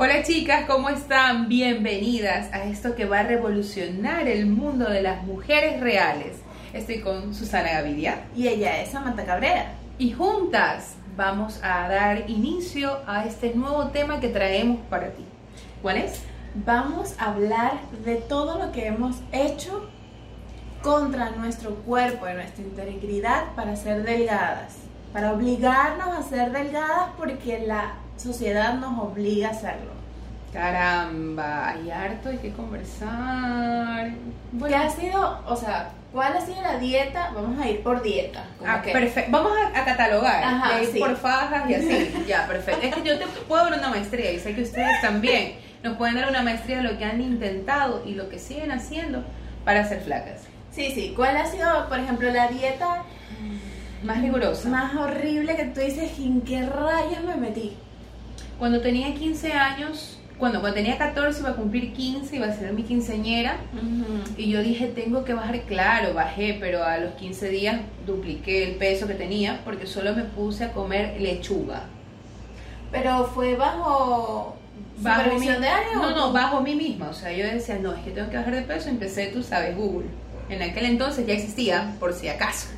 Hola chicas, ¿cómo están? Bienvenidas a esto que va a revolucionar el mundo de las mujeres reales. Estoy con Susana Gavidia y ella es Samantha Cabrera. Y juntas vamos a dar inicio a este nuevo tema que traemos para ti. ¿Cuál es? Vamos a hablar de todo lo que hemos hecho contra nuestro cuerpo, de nuestra integridad para ser delgadas, para obligarnos a ser delgadas porque la sociedad nos obliga a hacerlo. Caramba, hay harto, hay que conversar. ¿Qué ha sido, cuál ha sido la dieta? Vamos a ir por dieta. Perfecto. Vamos a catalogar. Ajá, y ir sí. por fajas y así. Ya, perfecto. Es que yo te puedo dar una maestría y sé que ustedes también nos pueden dar una maestría de lo que han intentado y lo que siguen haciendo para ser flacas. Sí. ¿Cuál ha sido, por ejemplo, la dieta Más rigurosa. más horrible que tú dices, ¿en qué rayos me metí? Cuando tenía 15 años, cuando tenía 14 iba a cumplir 15, iba a ser mi quinceañera. Y yo dije, tengo que bajar. Claro, bajé, pero a los 15 días dupliqué el peso que tenía porque solo me puse a comer lechuga. Pero fue bajo supervisión de alguien. No, bajo mí misma. O sea, yo decía, no, es que tengo que bajar de peso. Empecé, tú sabes, Google. En aquel entonces ya existía, por si acaso.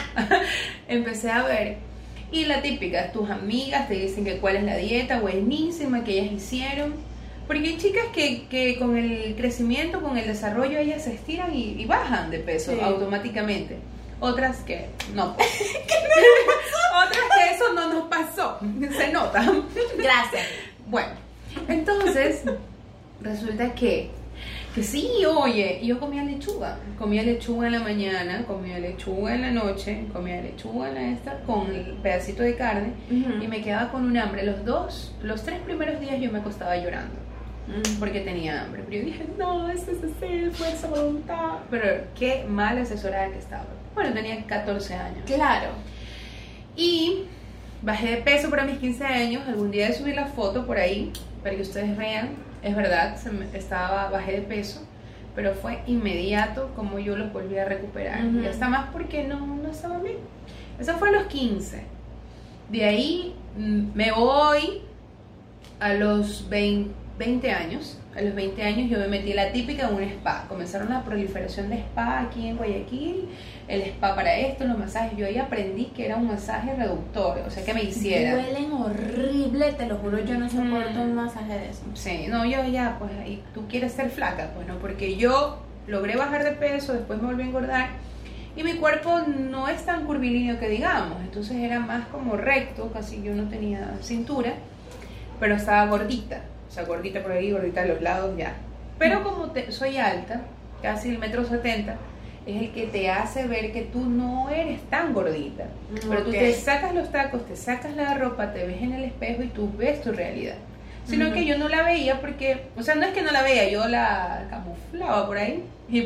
Empecé a ver. Y la típica, tus amigas te dicen que cuál es la dieta buenísima que ellas hicieron. Porque hay chicas que con el crecimiento, con el desarrollo, ellas se estiran y bajan de peso automáticamente. Otras que no. Otras que eso no nos pasó. Se nota. Gracias. Bueno, entonces resulta que sí, oye, yo comía lechuga en la mañana, comía lechuga en la noche, comía lechuga en esta con el pedacito de carne y me quedaba con un hambre. Los 3 primeros días yo me acostaba llorando porque tenía hambre, pero yo dije, no, esto es así, fuerza, voluntad. Pero qué mal asesorada que estaba. Bueno, tenía 14 años. Claro. Y bajé de peso para mis 15 años. Algún día de subir la foto por ahí para que ustedes vean. Es verdad, bajé de peso, pero fue inmediato como yo los volví a recuperar. Y hasta más porque no estaba bien. Eso fue a los 15. De ahí me voy a los 20 años. A los 20 años yo me metí la típica en un spa. Comenzaron la proliferación de spa aquí en Guayaquil. El spa para esto, los masajes. Yo ahí aprendí que era un masaje reductor, o sea, que me hiciera. Duelen horrible, te lo juro, yo no soporto un masaje de eso. Sí, no, yo ya, pues ahí tú quieres ser flaca, pues no, porque yo logré bajar de peso, después me volví a engordar y mi cuerpo no es tan curvilíneo que digamos, entonces era más como recto, casi yo no tenía cintura, pero estaba gordita, o sea, gordita por ahí, gordita de los lados ya. Pero como soy alta, casi 1,70 m, es el que te hace ver que tú no eres tan gordita. Pero tú te sacas los tacos, te sacas la ropa, te ves en el espejo y tú ves tu realidad. Sino que yo no la veía porque, o sea, no es que no la veía, yo la camuflaba por ahí y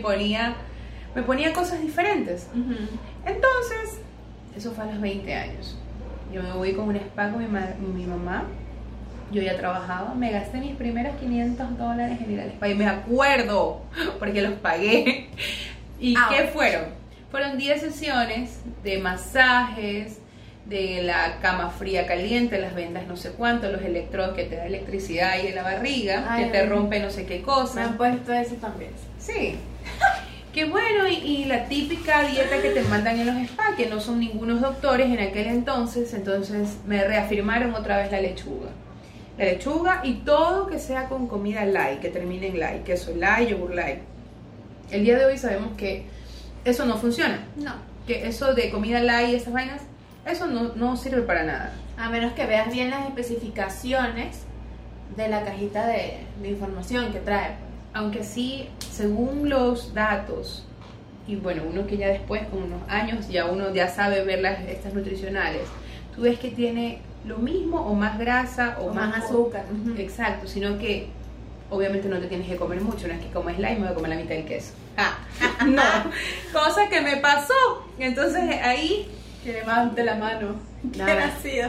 me ponía cosas diferentes. Entonces, eso fue a los 20 años. Yo me voy con un spa con mi mamá. Yo ya trabajaba, me gasté mis primeros $500 en ir al spa y me acuerdo porque los pagué. ¿Y qué fueron? Fueron 10 sesiones de masajes, de la cama fría caliente, las vendas no sé cuánto, los electrodos que te da electricidad ahí en la barriga, que te rompe no sé qué cosa. Me han puesto eso también. Sí. Qué bueno, y la típica dieta que te mandan en los spa, que no son ningunos doctores en aquel entonces me reafirmaron otra vez la lechuga. La lechuga y todo que sea con comida light, que termine en light, queso light, yogur light. El día de hoy sabemos que eso no funciona. No. Que eso de comida light y esas vainas, eso no sirve para nada. A menos que veas bien las especificaciones de la cajita de información que trae. Aunque sí, según los datos, y bueno, uno que ya después, con unos años, uno ya sabe ver estas nutricionales, tú ves que tiene lo mismo o más grasa o más azúcar. Exacto, sino que obviamente no te tienes que comer mucho, no es que comes light y me voy a comer la mitad del queso. No, cosa que me pasó. Entonces ahí que levante la mano. Nada. ¿Qué nacido?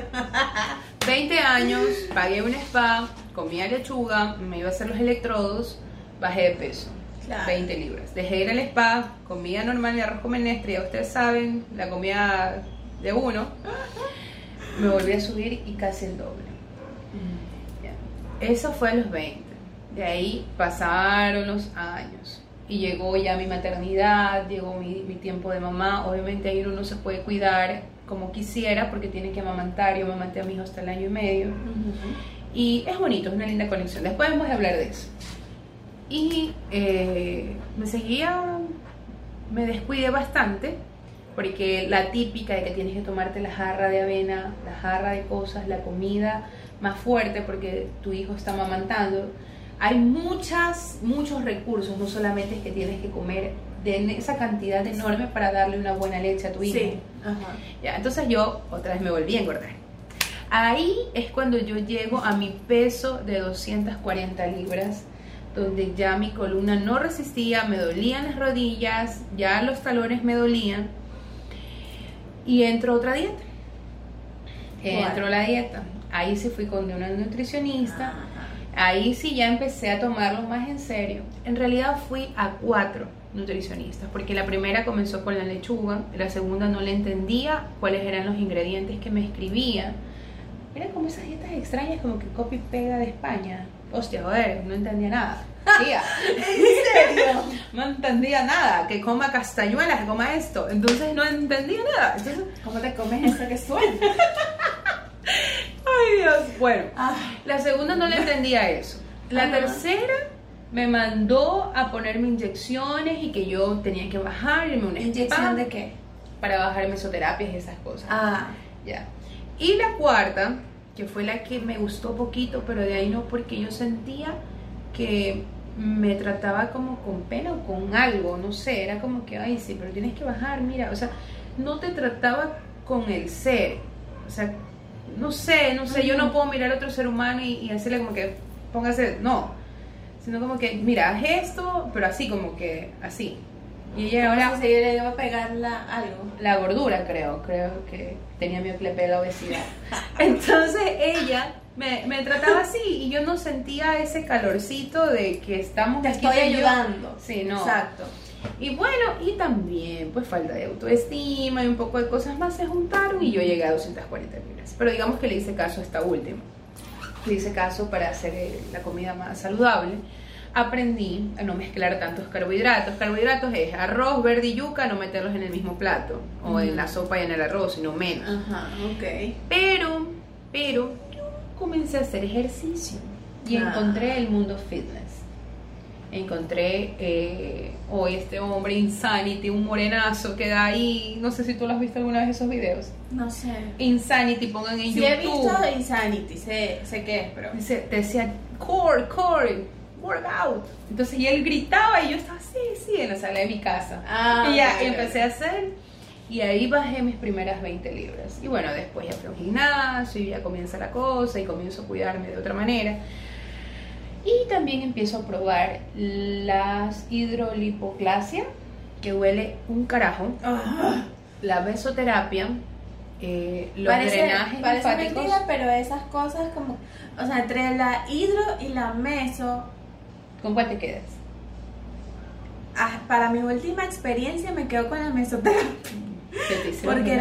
20 años, pagué un spa, comía lechuga, me iba a hacer los electrodos, bajé de peso. Claro. 20 libras. Dejé de ir al spa, comida normal y arroz con menestra, ya ustedes saben, la comida de uno. Me volví a subir y casi el doble. Eso fue a los 20. De ahí pasaron los años. Y llegó ya mi maternidad, llegó mi tiempo de mamá. Obviamente ahí uno no se puede cuidar como quisiera porque tiene que amamantar. Yo amamanté a mi hijo hasta el año y medio. Y es bonito, es una linda conexión. Después vamos a hablar de eso. Y me descuidé bastante, porque la típica de que tienes que tomarte la jarra de avena, la jarra de cosas, la comida más fuerte porque tu hijo está amamantando. Hay muchos recursos, no solamente es que tienes que comer de esa cantidad enorme para darle una buena leche a tu hijo. Sí. Ya, entonces yo otra vez me volví a engordar. Ahí es cuando yo llego a mi peso de 240 libras, donde ya mi columna no resistía, me dolían las rodillas, ya los talones me dolían, y entró otra dieta. Entró la dieta. Ahí sí fui con una nutricionista. Ahí sí ya empecé a tomarlo más en serio. En realidad fui a 4 nutricionistas, porque la primera comenzó con la lechuga, la segunda no le entendía cuáles eran los ingredientes que me escribían. Era como esas dietas extrañas, como que copy y pega de España. Hostia, joder, no entendía nada. Tía, ¿En serio? no entendía nada. Que coma castañuelas, que coma esto. Entonces no entendía nada. Entonces, ¿cómo te comes eso que suena? ay Dios. Bueno, la segunda no le entendía eso. La tercera me mandó a ponerme inyecciones y que yo tenía que bajarme una ¿Inyección de qué? Para bajar mesoterapias y esas cosas. Ya. Y la cuarta, que fue la que me gustó poquito, pero de ahí no, porque yo sentía que me trataba como con pena o con algo, no sé, era como que, ay, sí, pero tienes que bajar, mira, o sea, no te trataba con el ser, o sea, no sé, yo no puedo mirar a otro ser humano y decirle como que, póngase, no, sino como que, mira, haz esto, pero así, como que, así. Y ella ahora se le iba a pegar algo. La gordura, creo que tenía miopía, la obesidad. Entonces ella me trataba así y yo no sentía ese calorcito de que estamos te aquí. Estoy ayudando. Sí, no. Exacto. Y bueno, y también pues falta de autoestima y un poco de cosas más se juntaron y yo llegué a 240 libras. Pero digamos que le hice caso a esta última. Le hice caso para hacer la comida más saludable. Aprendí a no mezclar tantos carbohidratos. Carbohidratos es arroz, verde y yuca, no meterlos en el mismo plato o en la sopa y en el arroz, sino menos. Pero yo comencé a hacer ejercicio y encontré el mundo fitness. Encontré hoy este hombre Insanity, un morenazo que da ahí, no sé si tú lo has visto alguna vez esos videos. No sé. Insanity, pongan en YouTube. Sí he visto Insanity, sé qué es, pero te decía core, workout. Entonces y él gritaba y yo estaba sí, en la sala de mi casa. Y ya empecé a hacer y ahí bajé mis primeras 20 libras. Y bueno, después ya fui a un gimnasio y ya comienza la cosa y comienzo a cuidarme de otra manera. Y también empiezo a probar las hidrolipoclasia, que huele un carajo. La mesoterapia, los drenajes parece linfáticos. Mentira, pero esas cosas como, o sea, entre la hidro y la meso. ¿Con cuál te quedas? Para mi última experiencia me quedo con la mesoterapia. Porque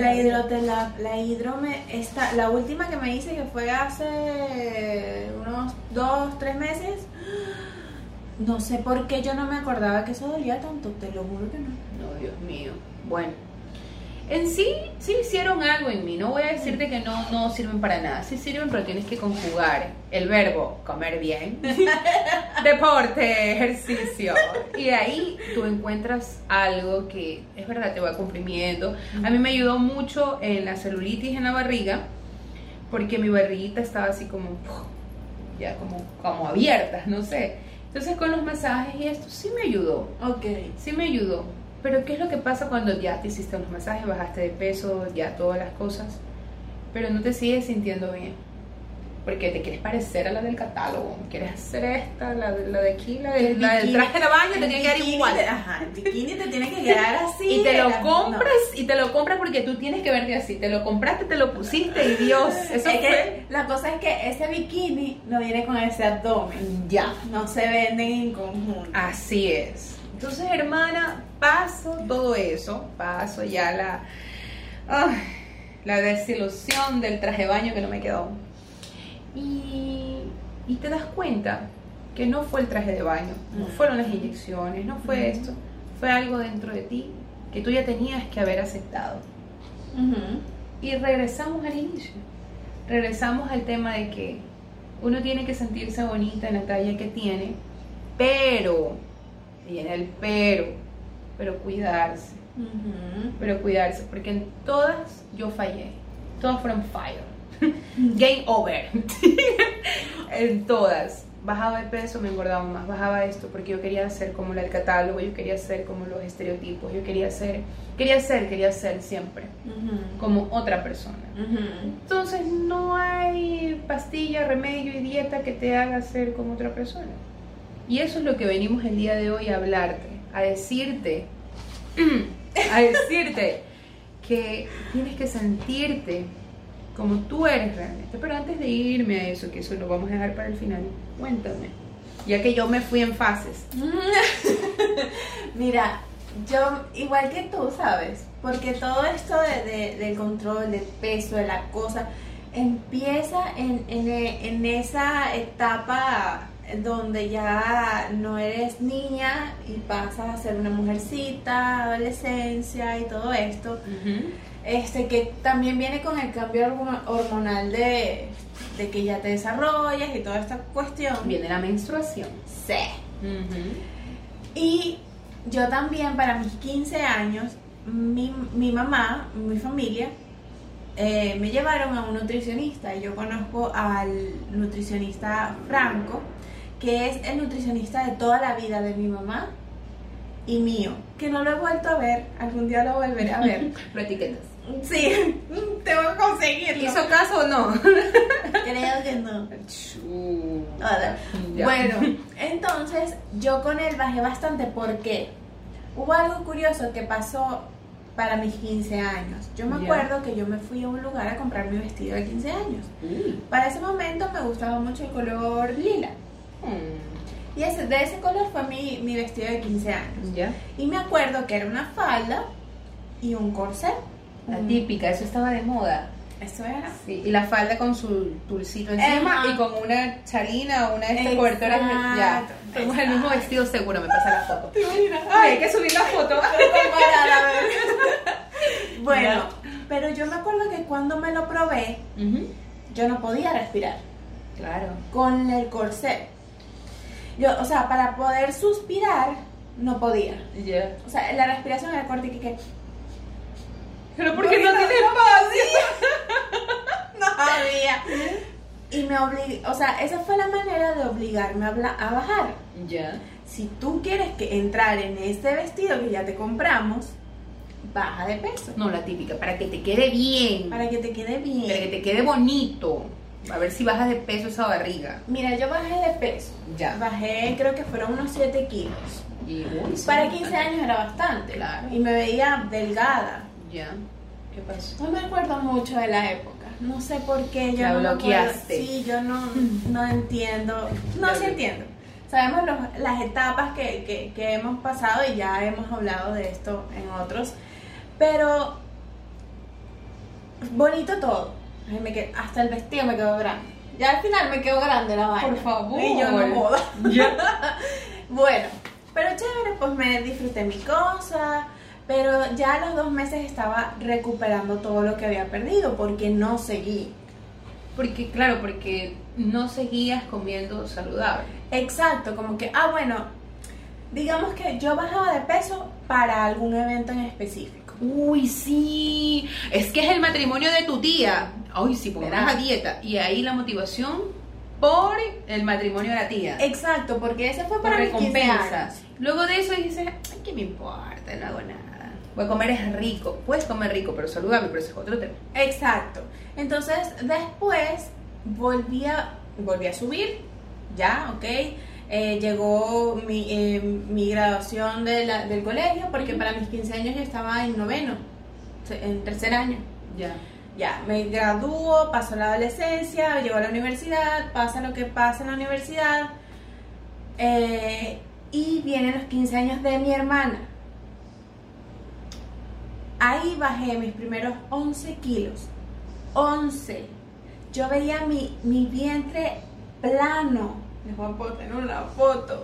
la última que me hice, que fue hace unos 2-3 meses, no sé por qué yo no me acordaba que eso dolía tanto, te lo juro que no. No, Dios mío. Bueno, en sí hicieron algo en mí. No voy a decirte que no sirven para nada. Sí sirven, pero tienes que conjugar el verbo comer bien, deporte, ejercicio. Y ahí tú encuentras algo que es verdad, te va comprimiendo. A mí me ayudó mucho en la celulitis en la barriga, porque mi barriguita estaba así como ya como abierta, no sé. Entonces con los masajes y esto sí me ayudó. Sí me ayudó. Pero ¿qué es lo que pasa cuando ya te hiciste unos masajes, bajaste de peso, ya todas las cosas, pero no te sigues sintiendo bien? Porque te quieres parecer a la del catálogo, quieres hacer esta, la de aquí, la del traje de baño, te tiene que quedar igual. El bikini te tiene que quedar así. Y te lo compras porque tú tienes que verte así. Te lo compraste, te lo pusiste y Dios, eso fue. La cosa es que ese bikini no viene con ese abdomen. Ya. No se venden en conjunto. Así es. Entonces, hermana, paso todo eso, paso ya la desilusión del traje de baño que no me quedó. Y y te das cuenta que no fue el traje de baño, no fueron las inyecciones, no fue esto, fue algo dentro de ti que tú ya tenías que haber aceptado. Y regresamos al inicio, regresamos al tema de que uno tiene que sentirse bonita en la talla que tiene, pero, viene el pero cuidarse, porque en todas yo fallé, todas fueron fail, game over, en todas. Bajaba de peso, me engordaba más, bajaba esto porque yo quería ser como la del catálogo, yo quería ser como los estereotipos, yo quería ser siempre como otra persona. Entonces no hay pastilla, remedio y dieta que te haga ser como otra persona. Y eso es lo que venimos el día de hoy a hablarte, a decirte que tienes que sentirte como tú eres realmente. Pero antes de irme a eso, que eso lo vamos a dejar para el final, cuéntame, ya que yo me fui en fases. Mira, yo igual que tú, ¿sabes? Porque todo esto del control, del peso, de la cosa, empieza en esa etapa donde ya no eres niña y pasas a ser una mujercita, adolescencia y todo esto. Que también viene con el cambio hormonal de que ya te desarrollas y toda esta cuestión. Viene la menstruación. Sí. Y yo también, para mis 15 años, mi mamá, mi familia, me llevaron a un nutricionista. Y yo conozco al nutricionista Franco, que es el nutricionista de toda la vida de mi mamá y mío, que no lo he vuelto a ver, algún día lo volveré a ver. Lo etiquetas. Sí, tengo que conseguirlo. ¿Hizo caso o no? Creo que no. Hola. Bueno, entonces yo con él bajé bastante porque hubo algo curioso que pasó para mis 15 años. Yo me acuerdo que yo me fui a un lugar a comprar mi vestido de 15 años. Para ese momento me gustaba mucho el color lila. Y de ese color fue mi vestido de 15 años. Y me acuerdo que era una falda y un corset. La típica, eso estaba de moda. Eso era. Sí, y la falda con su tulcito encima y con una chalina o una de estas cobertoras. Ya, fuimos el mismo vestido seguro, me pasa la foto. ¿Te imaginas? Ay, hay que subir la foto. Bueno, pero yo me acuerdo que cuando me lo probé, yo no podía respirar. Claro. Con el corset. O sea, para poder suspirar, no podía. O sea, la respiración era corta y que pero porque no tiene espacio. No había. Y me obligué, o sea, esa fue la manera de obligarme a bajar. Si tú quieres entrar en este vestido que ya te compramos, baja de peso. No, la típica, para que te quede bien. Para que te quede bien. Para que te quede bonito. A ver si bajas de peso esa barriga. Mira, yo bajé de peso. Bajé, creo que fueron unos 7 kilos. Para 15 años era bastante. Claro. Y me veía delgada. ¿Qué pasó? No me acuerdo mucho de la época. No sé por qué. Yo la no bloqueaste. Sí, yo no entiendo. No, sí entiendo. Sabemos las etapas que hemos pasado y ya hemos hablado de esto en otros. Pero bonito todo. Hasta el vestido me quedó grande. Ya al final me quedó grande la vaina. Por favor. Y yo no moda. Bueno, pero chévere, pues me disfruté mi cosa. Pero ya a los 2 meses estaba recuperando todo lo que había perdido porque no seguí. Porque no seguías comiendo saludable. Exacto, como que, bueno, digamos que yo bajaba de peso para algún evento en específico. Uy, sí, es que es el matrimonio de tu tía. Ay, sí, pongas a dieta. Y ahí la motivación por el matrimonio de la tía. Exacto, porque ese fue para mis 15 años. Luego de eso dices, ay, ¿qué me importa? No hago nada. Voy a comer es rico. Puedes comer rico, pero saludable, pero ese es otro tema. Exacto. Entonces, después volví a subir. Ya, ok. Llegó mi graduación del colegio, porque para mis 15 años yo estaba en 9º, en 3er año. Ya, me graduó, pasó la adolescencia, llegó a la universidad, pasa lo que pasa en la universidad, y vienen los 15 años de mi hermana. Ahí bajé mis primeros 11 kilos. 11. Yo veía mi vientre plano. Les voy a poner una foto.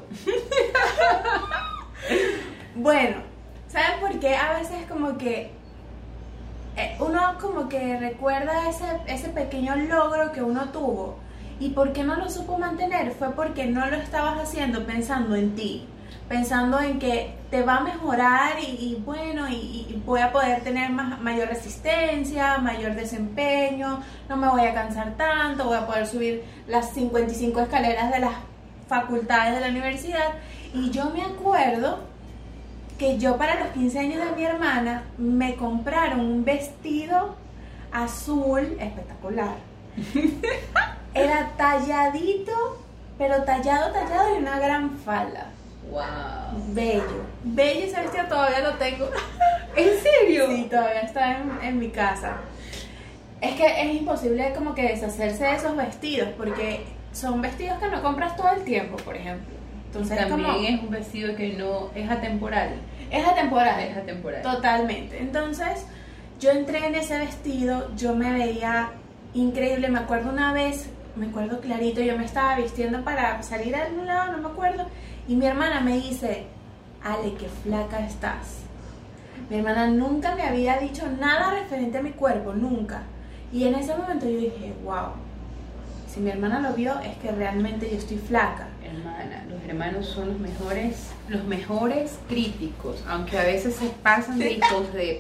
Bueno, ¿saben por qué? A veces como que uno como que recuerda ese pequeño logro que uno tuvo. ¿Y por qué no lo supo mantener? Fue porque no lo estabas haciendo pensando en ti, pensando en que te va a mejorar y bueno, y voy a poder tener mayor resistencia, mayor desempeño, no me voy a cansar tanto, voy a poder subir las 55 escaleras de las facultades de la universidad. Y yo me acuerdo que yo para los 15 años de mi hermana me compraron un vestido azul espectacular. Era talladito, pero tallado y una gran falda. Wow. Bello ese vestido, todavía lo tengo. ¿En serio? Sí, todavía está en mi casa. Es que es imposible como que deshacerse de esos vestidos, porque son vestidos que no compras todo el tiempo, por ejemplo. Entonces también es un vestido que no es atemporal. Es atemporal. Es atemporal. Totalmente. Entonces, yo entré en ese vestido, yo me veía increíble. Me acuerdo una vez, me acuerdo clarito, yo me estaba vistiendo para salir a algún lado, no me acuerdo, y mi hermana me dice: Ale, qué flaca estás. Mi hermana nunca me había dicho nada referente a mi cuerpo, nunca. Y en ese momento yo dije: wow, si mi hermana lo vio, es que realmente yo estoy flaca. Hermana, los hermanos son los mejores críticos, aunque a veces se pasan de hijos de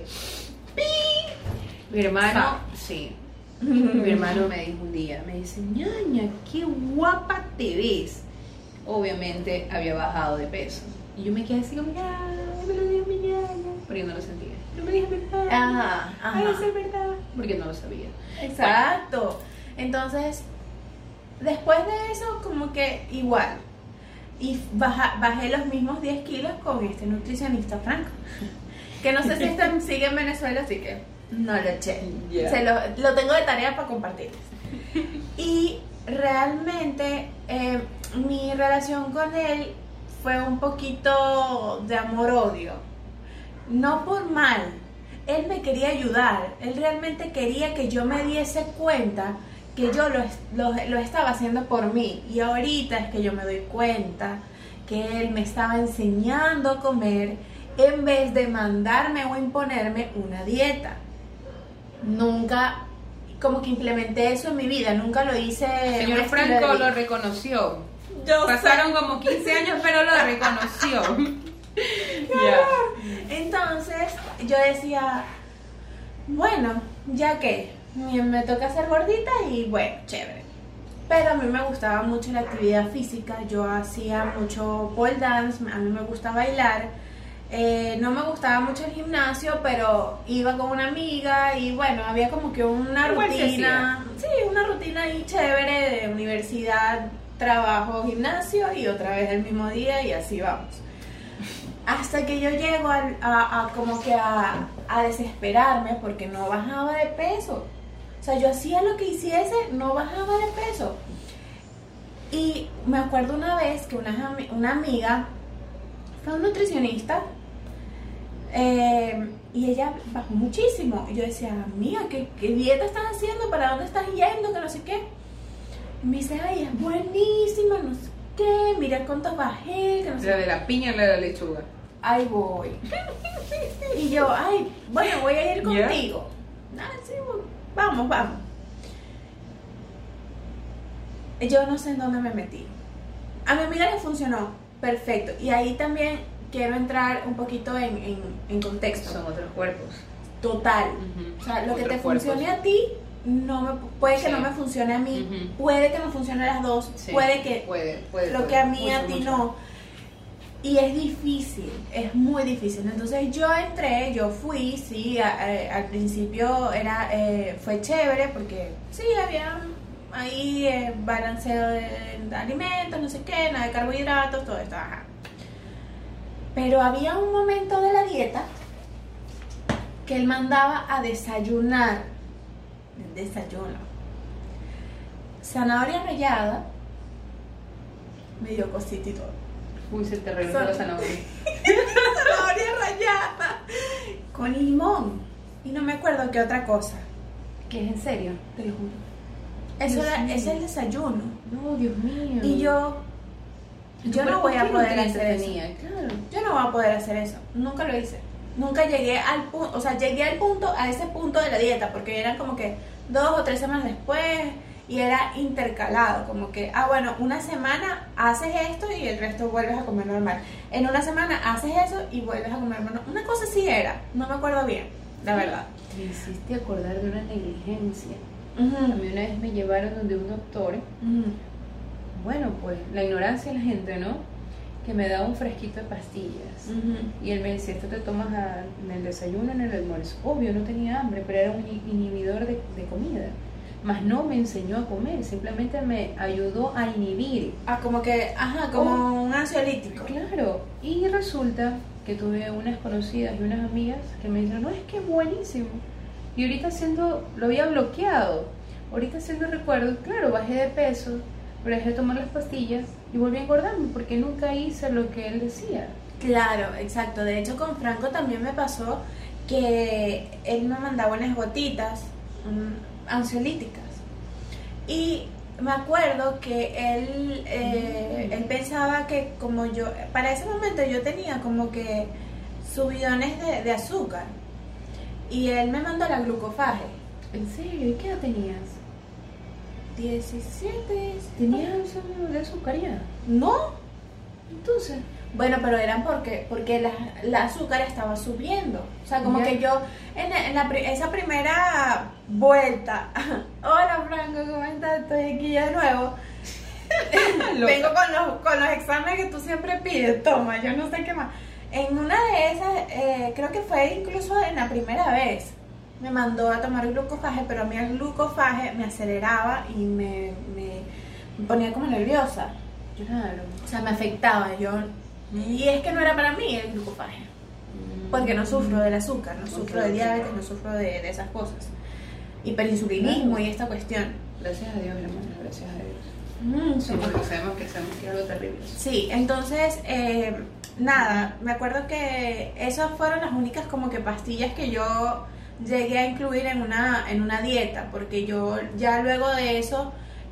mi hermano, sí. Mi hermano me dijo un día, me dice: ñaña, qué guapa te ves. Obviamente había bajado de peso y yo me quedé así como: ya, me lo dijo mi ñaña, porque no lo sentía. No me dijo verdad. Ajá. Ay, es verdad, porque no lo sabía. Exacto. Entonces, después de eso, como que igual. Y bajé los mismos 10 kilos con este nutricionista Franco, que no sé si sigue en Venezuela, así que no lo eché. Yeah. Lo tengo de tarea para compartir. Y realmente mi relación con él fue un poquito de amor-odio. No por mal. Él me quería ayudar. Él realmente quería que yo me diese cuenta que yo lo estaba haciendo por mí. Y ahorita es que yo me doy cuenta que él me estaba enseñando a comer en vez de mandarme o imponerme una dieta. Nunca como que implementé eso en mi vida, nunca lo hice. Señor Franco lo reconoció. Pasaron como 15 años, pero lo reconoció. Yeah. Entonces yo decía: bueno, ya que me toca ser gordita y bueno, chévere. Pero a mí me gustaba mucho la actividad física, yo hacía mucho pole dance, a mí me gusta bailar. No me gustaba mucho el gimnasio, pero iba con una amiga y bueno, había como que una rutina, sí, una rutina ahí chévere de universidad, trabajo, gimnasio y otra vez el mismo día y así vamos. Hasta que yo llego a desesperarme porque no bajaba de peso. O sea, yo hacía lo que hiciese, no bajaba de peso. Y me acuerdo una vez que una amiga fue un nutricionista y ella bajó muchísimo. Y yo decía: amiga, ¿qué dieta estás haciendo? ¿Para dónde estás yendo? Que no sé qué. Y me dice: ay, es buenísima, no sé qué, mira cuántos bajé, que no sé. La de la piña y la de la lechuga. Ahí voy. Y yo: ay, bueno, voy a ir contigo. Ah, sí, vamos. Yo no sé en dónde me metí. A mi amiga le funcionó perfecto. Y ahí también quiero entrar un poquito en contexto. Son otros cuerpos. Total. O sea, lo que te funcione a ti puede que no me funcione a mí, puede que no funcione a las dos, puede que lo que a mí a ti no. Y es difícil, es muy difícil. Entonces yo fui, sí, al principio fue chévere porque sí, había ahí balanceo de alimentos, no sé qué, nada de carbohidratos, todo esto, ajá. Pero había un momento de la dieta que él mandaba a desayunar, desayuno, zanahoria rallada, medio cosita y todo. Uy, se te reventó la zanahoria. Zanahoria rallada con limón y no me acuerdo qué otra cosa. ¿Qué es en serio? Te lo juro. Eso Dios mío. es el desayuno. No, Dios mío. Y yo no voy a poder hacer eso. Claro. Yo no voy a poder hacer eso. Nunca lo hice. Nunca llegué al punto, o sea, llegué al punto, a ese punto de la dieta, porque eran como que 2 o 3 semanas después y era intercalado, como que, bueno, una semana haces esto y el resto vuelves a comer normal. En una semana haces eso y vuelves a comer normal. Una cosa así era, no me acuerdo bien, la verdad. Me hiciste acordar de una negligencia. A Ujú, mí una vez me llevaron donde un doctor. ujú. Bueno, pues la ignorancia de la gente, ¿no? Que me daba un fresquito de pastillas. Y él me decía, esto te tomas en el desayuno, en el almuerzo. Obvio, no tenía hambre, pero era un inhibidor de comida. Más no me enseñó a comer, simplemente me ayudó a inhibir. Como que, como un ansiolítico. Claro, y resulta que tuve unas conocidas y unas amigas que me dijeron, no, es que es buenísimo. Y ahorita lo había bloqueado. Ahorita haciendo recuerdos, claro, bajé de peso, pero dejé de tomar las pastillas y volví a engordarme porque nunca hice lo que él decía. Claro, exacto. De hecho, con Franco también me pasó que él me mandaba unas gotitas ansiolíticas. Y me acuerdo que él pensaba que como yo, para ese momento yo tenía como que subidones de azúcar. Y él me mandó la glucofaje. ¿En serio? ¿Y qué edad tenías? 17. ¿Tenías de azúcar ya? No. Entonces, Bueno, pero eran porque la azúcar estaba subiendo. O sea, como Ya. que yo esa primera vuelta, hola Franco, ¿cómo estás? Estoy aquí ya de nuevo. Vengo con los exámenes que tú siempre pides, toma, yo no sé qué más. En una de esas, creo que fue incluso en la primera vez, me mandó a tomar glucofaje, pero a mí el glucofaje me aceleraba y me ponía como nerviosa. claro. O sea, me afectaba. Y es que no era para mí el glucofaje. Porque no sufro del azúcar, no sufro de diabetes, no sufro de esas cosas. Hiperinsulinismo Claro. y esta cuestión. Gracias a Dios, hermano, gracias a Dios. Sí, porque sabemos que es algo terrible. Sí, entonces, nada, me acuerdo que esas fueron las únicas como que pastillas que yo llegué a incluir en una dieta, porque yo ya luego de eso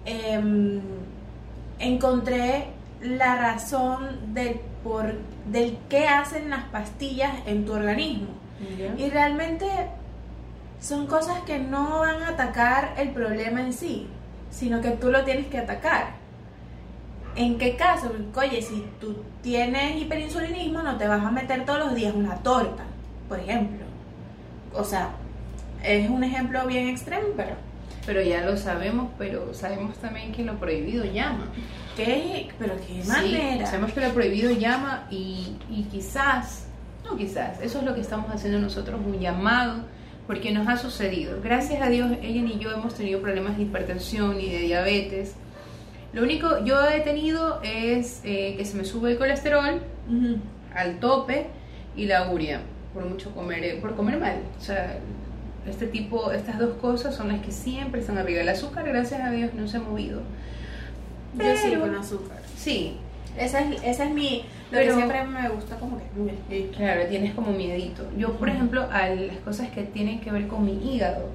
encontré la razón del qué hacen las pastillas en tu organismo. Y realmente son cosas que no van a atacar el problema en sí, sino que tú lo tienes que atacar. ¿En qué caso? Oye, si tú tienes hiperinsulinismo, no te vas a meter todos los días una torta, por ejemplo. O sea, es un ejemplo bien extremo, Pero ya lo sabemos, pero sabemos también que lo prohibido llama. pero qué Sí, manera. sabemos que lo prohibido llama y quizás, no quizás, eso es lo que estamos haciendo nosotros, un llamado, porque nos ha sucedido. Gracias a Dios, ella ni yo hemos tenido problemas de hipertensión ni de diabetes. Lo único yo he tenido es que se me sube el colesterol Ujú. al tope y la urea por comer mal. O sea, estas dos cosas son las que siempre están arriba. El azúcar, gracias a Dios, no se ha movido. Yo sí Pero- con azúcar. Sí, Esa es lo Pero- que siempre me gusta, como que claro, tienes como miedito. Yo, por ejemplo, a las cosas que tienen que ver con mi hígado,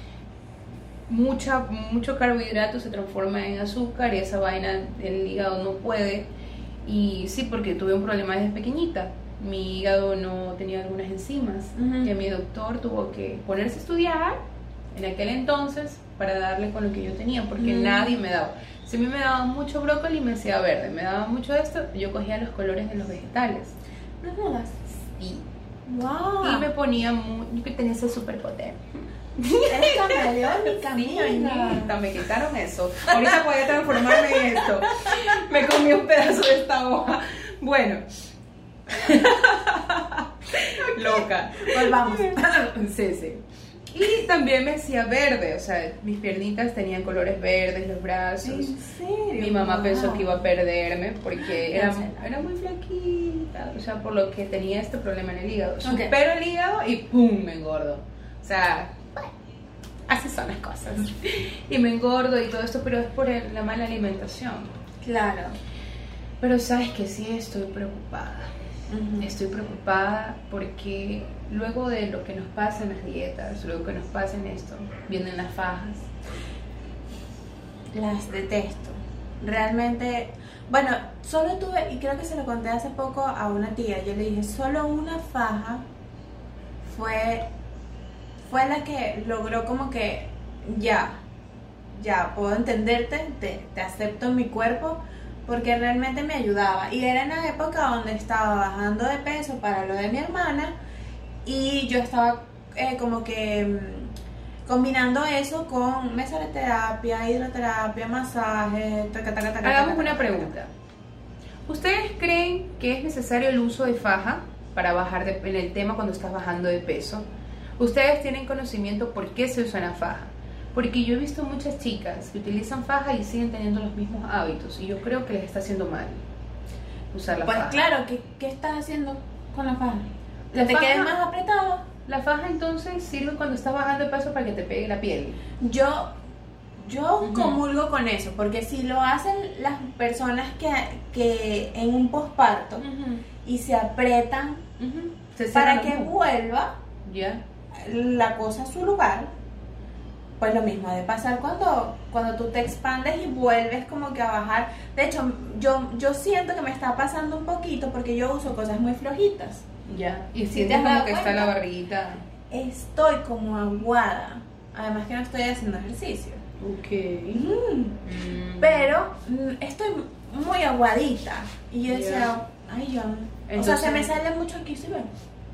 mucho carbohidrato se transforma en azúcar y esa vaina el hígado no puede. Y sí, porque tuve un problema desde pequeñita. Mi hígado no tenía algunas enzimas Ujú. que mi doctor tuvo que ponerse a estudiar en aquel entonces para darle con lo que yo tenía, porque nadie me daba. Si a mí me daba mucho brócoli, me hacía verde, me daba mucho esto, yo cogía los colores de los vegetales. no jodas. Y Wow. me ponía yo que tenía ese superpoder. Eres camaleónica, Sí, amiga. amiguita, me quitaron eso. Ahorita voy a transformarme en esto. Me comí un pedazo de esta hoja. Bueno. Loca. Volvamos. Sí, sí. Y también me hacía verde, o sea, mis piernitas tenían colores verdes, los brazos. ¿En serio? Mi mamá Wow. pensó que iba a perderme porque era Cancela. muy flaquita, o sea, por lo que tenía este problema en el hígado. Ok. Supero el hígado y ¡pum! Me engordo. O sea, bueno, así son las cosas. Y me engordo y todo esto, pero es por la mala alimentación. Claro. Pero sabes que sí estoy preocupada. Ujú. Estoy preocupada porque luego de lo que nos pasa en las dietas, luego que nos pasa en esto, vienen las fajas. las detesto. Realmente, bueno, solo tuve, y creo que se lo conté hace poco a una tía, yo le dije, solo una faja fue la que logró como que ya puedo entenderte, te acepto en mi cuerpo, porque realmente me ayudaba. Y era en la época donde estaba bajando de peso para lo de mi hermana, y yo estaba como que combinando eso con mesoterapia, hidroterapia, masaje, Hagamos una pregunta. ¿Ustedes creen que es necesario el uso de faja para bajar en el tema cuando estás bajando de peso? ¿Ustedes tienen conocimiento por qué se usa la faja? Porque yo he visto muchas chicas que utilizan faja y siguen teniendo los mismos hábitos, y yo creo que les está haciendo mal usar la faja. Pues claro, ¿qué estás haciendo con la faja? La ¿Te faja- quedes más apretado? La faja entonces sirve cuando estás bajando de peso para que te pegue la piel. Yo Ujú. comulgo con eso, porque si lo hacen las personas que en un posparto y se apretan Se para cierra que los muslos. vuelva Ya. la cosa a su lugar, pues lo mismo de pasar cuando tú te expandes y vuelves como que a bajar. De hecho, yo siento que me está pasando un poquito porque yo uso cosas muy flojitas. Ya. Y ¿Sí te sientes has como dado que está cuenta? la barriguita. Estoy como aguada, además que no estoy haciendo ejercicio. Ok. Pero estoy muy aguadita. Y yo decía, Ya. ay, yo. O Entonces- sea, se me sale mucho aquí, ¿sí ven?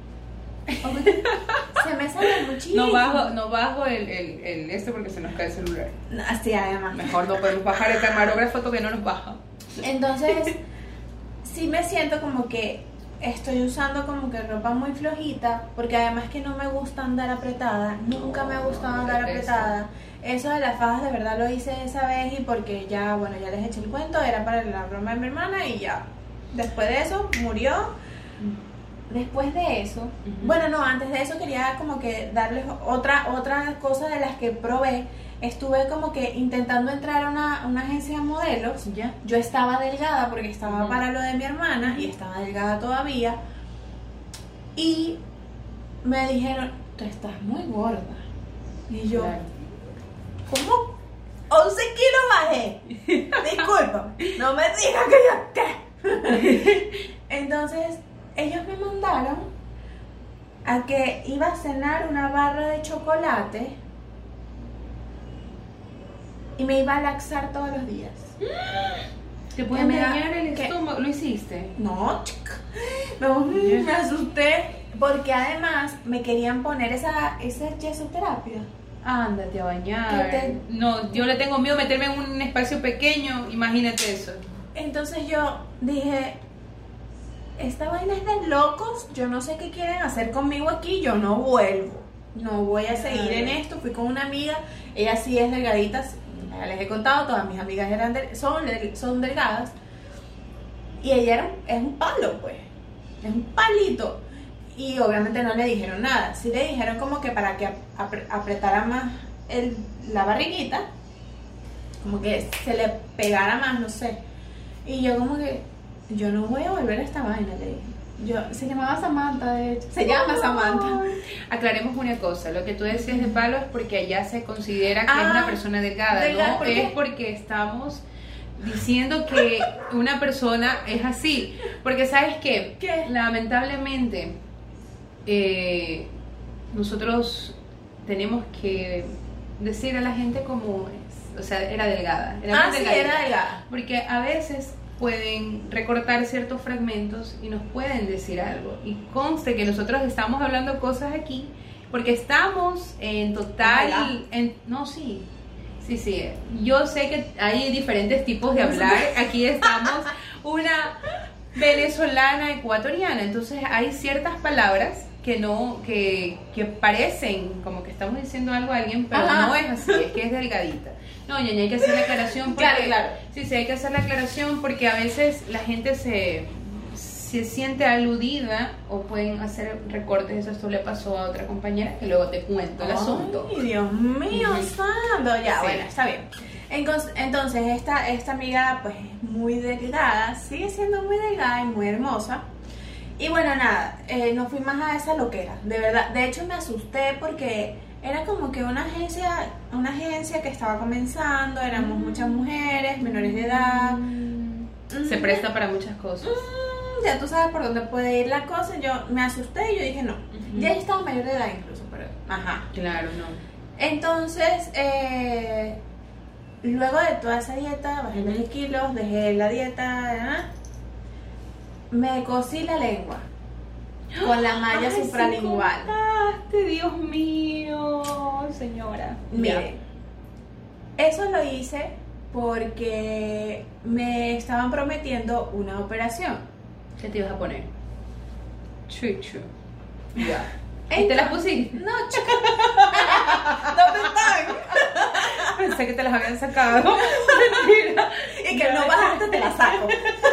Se me sale muchísimo. No bajo el este porque se nos cae el celular. Así, además. Mejor no podemos bajar el camarógrafo porque no nos baja. Entonces, sí me siento como que estoy usando como que ropa muy flojita, porque además que no me gusta andar apretada, nunca me ha gustado andar detesto. apretada. Eso de las fajas de verdad lo hice esa vez, y porque ya, bueno, ya les eché el cuento, era para la broma de mi hermana y ya. Después de eso, murió. Después de eso, Ujú. bueno, no, antes de eso quería como que darles otra cosa de las que probé. Estuve como que intentando entrar a una agencia de modelos. Ya. Yo estaba delgada porque estaba Ujú. para lo de mi hermana y estaba delgada todavía. Y me dijeron, tú estás muy gorda. Y yo, Claro. ¿cómo? 11 kilos bajé. Disculpa, no me digas que yo qué. Entonces, ellos me mandaron a que iba a cenar una barra de chocolate y me iba a laxar todos los días. ¿Te pueden Que me da- dañar el que- estómago? ¿Lo hiciste? No, chica. Me asusté porque además me querían poner esa yesoterapia. Ándate a bañar. Que te- No, yo le tengo miedo a meterme en un espacio pequeño. Imagínate eso. Entonces yo dije, esta vaina es de locos, yo no sé qué quieren hacer conmigo aquí, yo no vuelvo, no voy a seguir en esto. Fui con una amiga, ella sí es delgadita, ya les he contado, todas mis amigas son delgadas, y ella es un palo, pues, es un palito. Y obviamente no le dijeron nada, sí le dijeron como que para que apretara más la barriguita, como que se le pegara más, no sé. Y yo como que, yo no voy a volver a esta vaina, le dije. Se llamaba Samantha, de hecho. Se llama Samantha. Aclaremos una cosa, lo que tú decías de palo es porque allá se considera que es Ah, una persona delgada, delgada, no ¿por qué? es porque estamos diciendo que una persona es así, porque ¿sabes qué? ¿Qué? Lamentablemente nosotros tenemos que decir a la gente cómo es, o sea, era delgada, Ah, muy sí, delgadita. era delgada. Porque a veces pueden recortar ciertos fragmentos y nos pueden decir algo. Y conste que nosotros estamos hablando cosas aquí porque estamos en total... Ojalá. No, sí. Sí. Yo sé que hay diferentes tipos de hablar. Aquí estamos una venezolana ecuatoriana. Entonces hay ciertas palabras que no que parecen como que estamos diciendo algo a alguien, pero Ajá. no es así, es que es delgadita. No, ñaña, hay que hacer la aclaración porque, Claro. Sí, hay que hacer la aclaración porque a veces la gente se siente aludida o pueden hacer recortes. Esto le pasó a otra compañera que luego te cuento el asunto. Ay, Dios mío, Ujú. santo. Ya, Sí. bueno, está bien. Entonces, esta amiga, pues, es muy delgada, sigue siendo muy delgada y muy hermosa. Y bueno, nada, no fui más a esa loquera, de verdad. De hecho me asusté porque era como que una agencia que estaba comenzando, éramos muchas mujeres, menores de edad. Se presta para muchas cosas. Ya tú sabes por dónde puede ir la cosa. Yo me asusté y yo dije no. Ya yo estaba mayor de edad incluso, pero ajá. Claro, no. Entonces, luego de toda esa dieta, bajé 10 kilos, dejé la dieta, me cosí la lengua con la malla supralingual. Sí contaste, Dios mío, señora. Mire, eso lo hice porque me estaban prometiendo una operación. ¿Qué te ibas a poner? Chuchu. Ya. ¿Y Entonces, te las pusiste? No, chica. ¿Dónde están? Pensé que te las habían sacado. Mentira. Y que no bajaste, te las saco.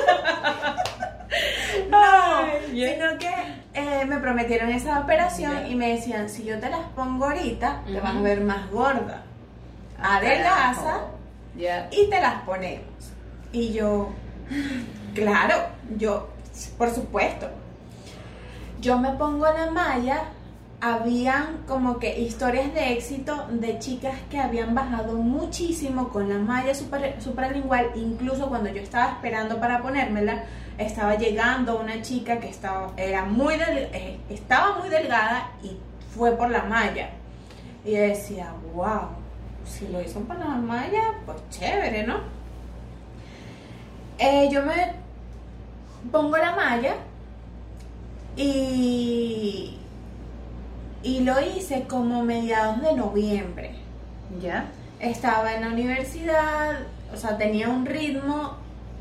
No, Ay, yeah. sino que me prometieron esa operación y me decían, si yo te las pongo ahorita, te vas a ver más gorda. Adelgaza y te las ponemos. Y yo, claro, por supuesto. Yo me pongo la malla. Habían como que historias de éxito de chicas que habían bajado muchísimo con la malla supralingual. Incluso cuando yo estaba esperando para ponérmela, estaba llegando una chica que estaba muy delgada y fue por la malla. Y yo decía, wow, si lo hizo por la malla, pues chévere, ¿no? Yo me pongo la malla y lo hice como mediados de noviembre. ¿Ya? Estaba en la universidad, o sea, tenía un ritmo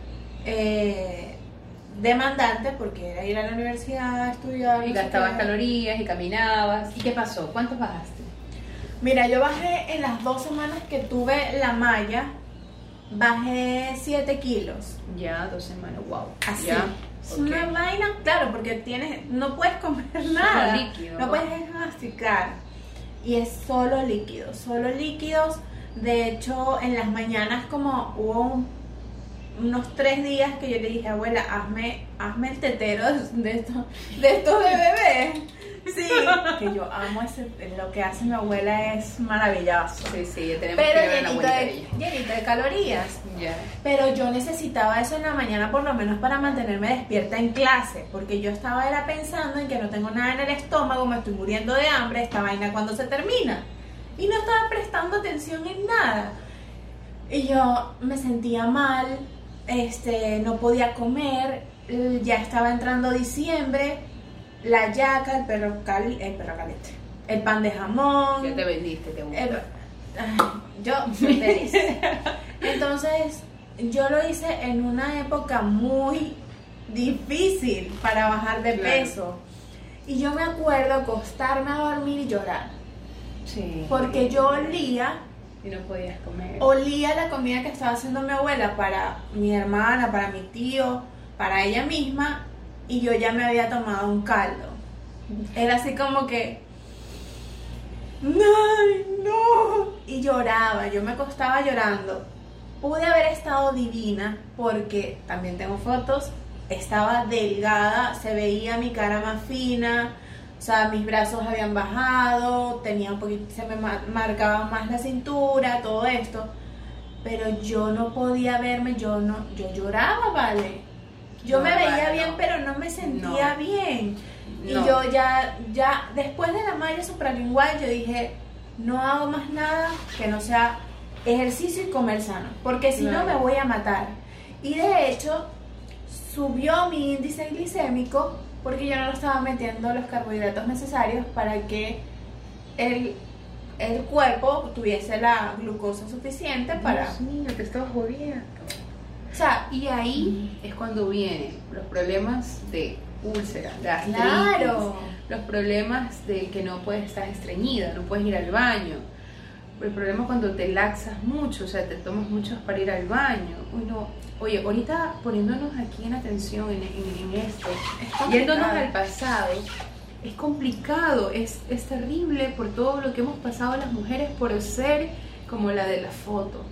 demandante porque era ir a la universidad, estudiar. Y gastabas calorías y caminabas. ¿Y qué pasó? ¿Cuántos bajaste? Mira, yo bajé en las 2 semanas que tuve la malla, bajé 7 kilos. Ya, 2 semanas, wow. Así. Ya. Es una vaina, claro, porque no puedes comer nada, líquido, no puedes masticar y es solo líquidos. De hecho, en las mañanas como hubo unos 3 días que yo le dije, abuela, hazme el tetero de estos de bebé. Sí, que yo amo lo que hace mi abuela es maravilloso. Sí, ya tenemos pero que ver a la abuelita ella. llenito de calorías. Ya. Pero yo necesitaba eso en la mañana por lo menos para mantenerme despierta en clase, porque yo estaba pensando en que no tengo nada en el estómago, me estoy muriendo de hambre, esta vaina cuando se termina. Y no estaba prestando atención en nada. Y yo me sentía mal, no podía comer, ya estaba entrando diciembre, la yaca, el perro caliente, el pan de jamón. Ya te vendiste, te gusta. Yo feliz. Entonces, yo lo hice en una época muy difícil para bajar de peso. Y yo me acuerdo acostarme a dormir y llorar. Sí. Porque yo olía y no podías comer. Olía la comida que estaba haciendo mi abuela para mi hermana, para mi tío, para ella misma, y yo ya me había tomado un caldo. Era así como que, no, y lloraba, yo me acostaba llorando. Pude haber estado divina porque también tengo fotos, estaba delgada, se veía mi cara más fina, o sea, mis brazos habían bajado, tenía un poquito, se me marcaba más la cintura, todo esto, pero yo no podía verme, yo lloraba, ¿vale? Yo me veía bien, pero no me sentía bien. Y yo ya después de la malla supralingual, yo dije, no hago más nada que no sea ejercicio y comer sano, porque si no me voy a matar. Y de hecho, subió mi índice glicémico porque yo no lo estaba metiendo los carbohidratos necesarios para que el cuerpo tuviese la glucosa suficiente para... Dios mío, te estabas jodiendo. O sea, y ahí es cuando vienen los problemas de úlcera, gastritis, claro, los problemas de que no puedes estar estreñida, no puedes ir al baño, el problema cuando te laxas mucho, o sea, te tomas muchos para ir al baño. Uy, no. Oye, ahorita poniéndonos aquí en atención en esto, yéndonos al pasado, es complicado, es terrible por todo lo que hemos pasado las mujeres por ser como la de la foto.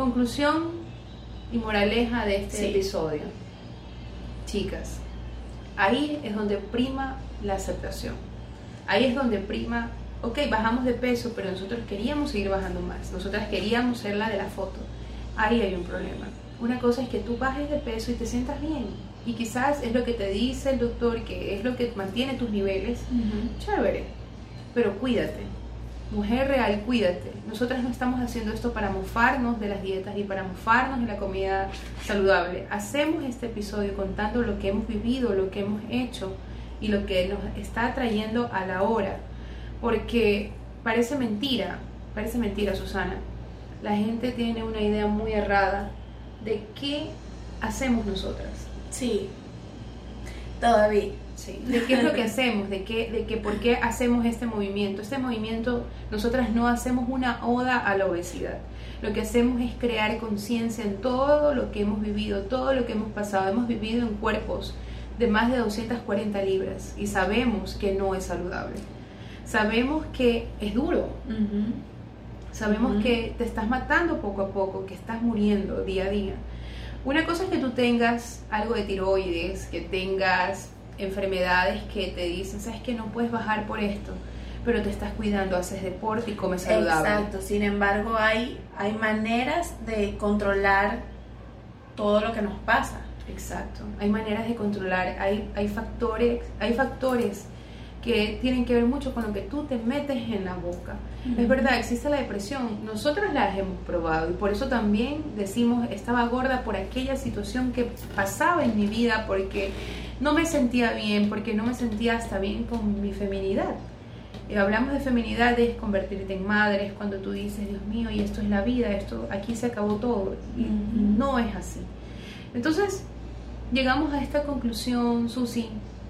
Conclusión y moraleja de este episodio. Chicas, ahí es donde prima la aceptación. Ahí es donde prima, ok, bajamos de peso, pero nosotros queríamos seguir bajando más. Nosotras queríamos ser la de la foto. Ahí hay un problema. Una cosa es que tú bajes de peso y te sientas bien. Y quizás es lo que te dice el doctor, que es lo que mantiene tus niveles. Chévere. Pero cuídate. Mujer real, cuídate. Nosotras no estamos haciendo esto para mofarnos de las dietas y para mofarnos de la comida saludable. Hacemos este episodio contando lo que hemos vivido, lo que hemos hecho y lo que nos está trayendo a la hora. Porque parece mentira, Susana. La gente tiene una idea muy errada de qué hacemos nosotras. Sí, todavía. Sí. De qué es lo que hacemos, de que por qué hacemos este movimiento. Este movimiento, nosotras no hacemos una oda a la obesidad. Lo que hacemos es crear conciencia en todo lo que hemos vivido, todo lo que hemos pasado. Hemos vivido en cuerpos de más de 240 libras y sabemos que no es saludable. Sabemos que es duro. Sabemos que te estás matando poco a poco, que estás muriendo día a día. Una cosa es que tú tengas algo de tiroides, que tengas enfermedades que te dicen, sabes que no puedes bajar por esto, pero te estás cuidando, haces deporte y comes saludable. Exacto, sin embargo hay maneras de controlar todo lo que nos pasa. Exacto, hay maneras de controlar, hay factores que tienen que ver mucho con lo que tú te metes en la boca. Es verdad, existe la depresión, nosotros las hemos probado y por eso también decimos, estaba gorda por aquella situación que pasaba en mi vida, porque no me sentía bien, porque no me sentía hasta bien con mi feminidad. Hablamos de feminidad, es convertirte en madre, es cuando tú dices, Dios mío, y esto es la vida, esto aquí se acabó todo, y no es así. Entonces, llegamos a esta conclusión, Susi.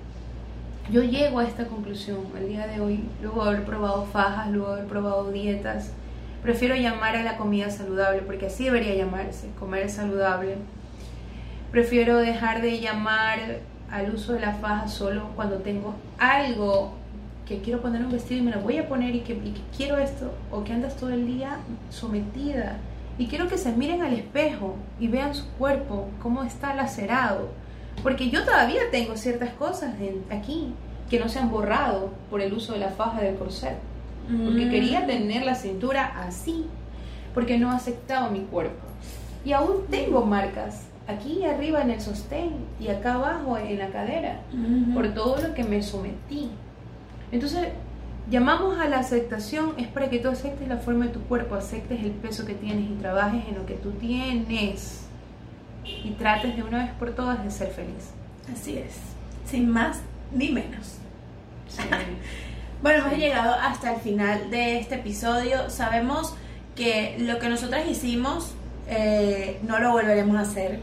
Yo llego a esta conclusión el día de hoy, luego de haber probado fajas, luego de haber probado dietas. Prefiero llamar a la comida saludable, porque así debería llamarse, comer saludable. Prefiero dejar de llamar al uso de la faja solo cuando tengo algo que quiero poner un vestido y me lo voy a poner y que quiero esto, o que andas todo el día sometida y quiero que se miren al espejo y vean su cuerpo, cómo está lacerado. Porque yo todavía tengo ciertas cosas aquí que no se han borrado por el uso de la faja del corset. Porque quería tener la cintura así, porque no aceptaba mi cuerpo. Y aún tengo marcas aquí arriba en el sostén y acá abajo en la cadera, por todo lo que me sometí. Entonces, llamamos a la aceptación, es para que tú aceptes la forma de tu cuerpo, aceptes el peso que tienes y trabajes en lo que tú tienes. Y trates de una vez por todas de ser feliz. Así es, sin más ni menos. Sí. Bueno, hemos llegado hasta el final de este episodio. Sabemos que lo que nosotras hicimos no lo volveremos a hacer,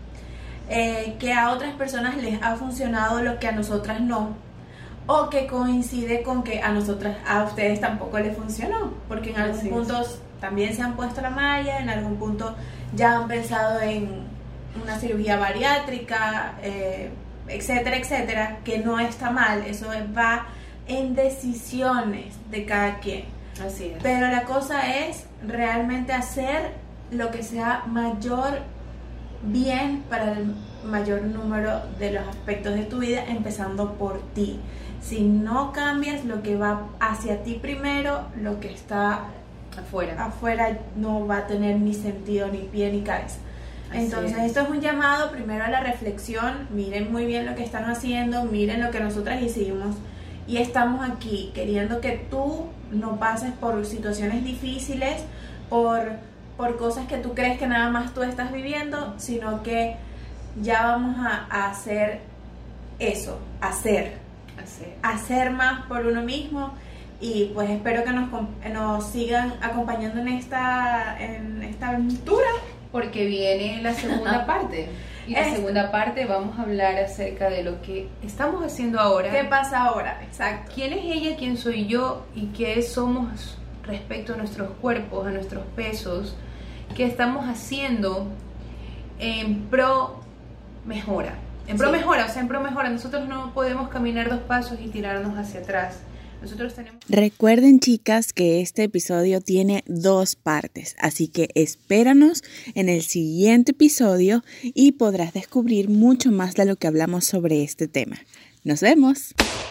que a otras personas les ha funcionado lo que a nosotras no, o que coincide con que a ustedes tampoco les funcionó, porque en algún punto también se han puesto la malla, en algún punto ya han pensado en una cirugía bariátrica, etcétera, etcétera, que no está mal, eso va en decisiones de cada quien. Así es. Pero la cosa es realmente hacer lo que sea mayor bien para el mayor número de los aspectos de tu vida, empezando por ti. Si no cambias lo que va hacia ti primero, lo que está afuera no va a tener ni sentido, ni pie, ni cabeza. Entonces esto es un llamado primero a la reflexión. Miren muy bien lo que están haciendo, miren lo que nosotras hicimos y estamos aquí queriendo que tú no pases por situaciones difíciles, por cosas que tú crees que nada más tú estás viviendo, sino que ya vamos a hacer eso, hacer más por uno mismo. Y pues espero que nos sigan acompañando en esta aventura, porque viene la segunda parte. Y la segunda parte vamos a hablar acerca de lo que estamos haciendo ahora. ¿Qué pasa ahora? Exacto. ¿Quién es ella? ¿Quién soy yo? ¿Y qué somos respecto a nuestros cuerpos, a nuestros pesos? ¿Qué estamos haciendo en pro mejora? En pro mejora. Nosotros no podemos caminar 2 pasos y tirarnos hacia atrás. Nosotros tenemos... Recuerden, chicas, que este episodio tiene 2 partes, así que espéranos en el siguiente episodio y podrás descubrir mucho más de lo que hablamos sobre este tema. ¡Nos vemos!